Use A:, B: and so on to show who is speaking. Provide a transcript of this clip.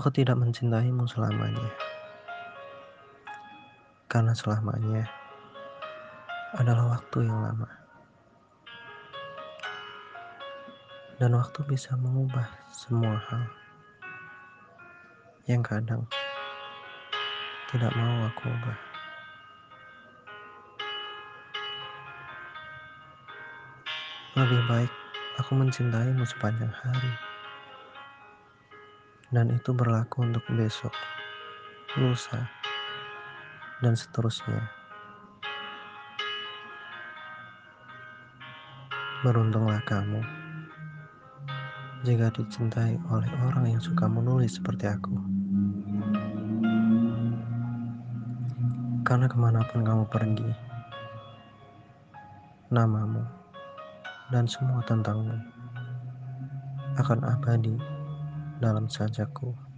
A: Aku tidak mencintaimu selamanya, karena selamanya adalah waktu yang lama, dan waktu bisa mengubah semua hal yang kadang tidak mau aku ubah. Lebih baik aku mencintaimu sepanjang hari, dan itu berlaku untuk besok, lusa, dan seterusnya. Beruntunglah kamu jika dicintai oleh orang yang suka menulis seperti aku. Karena kemanapun kamu pergi, namamu dan semua tentangmu akan abadi dalam sajakku.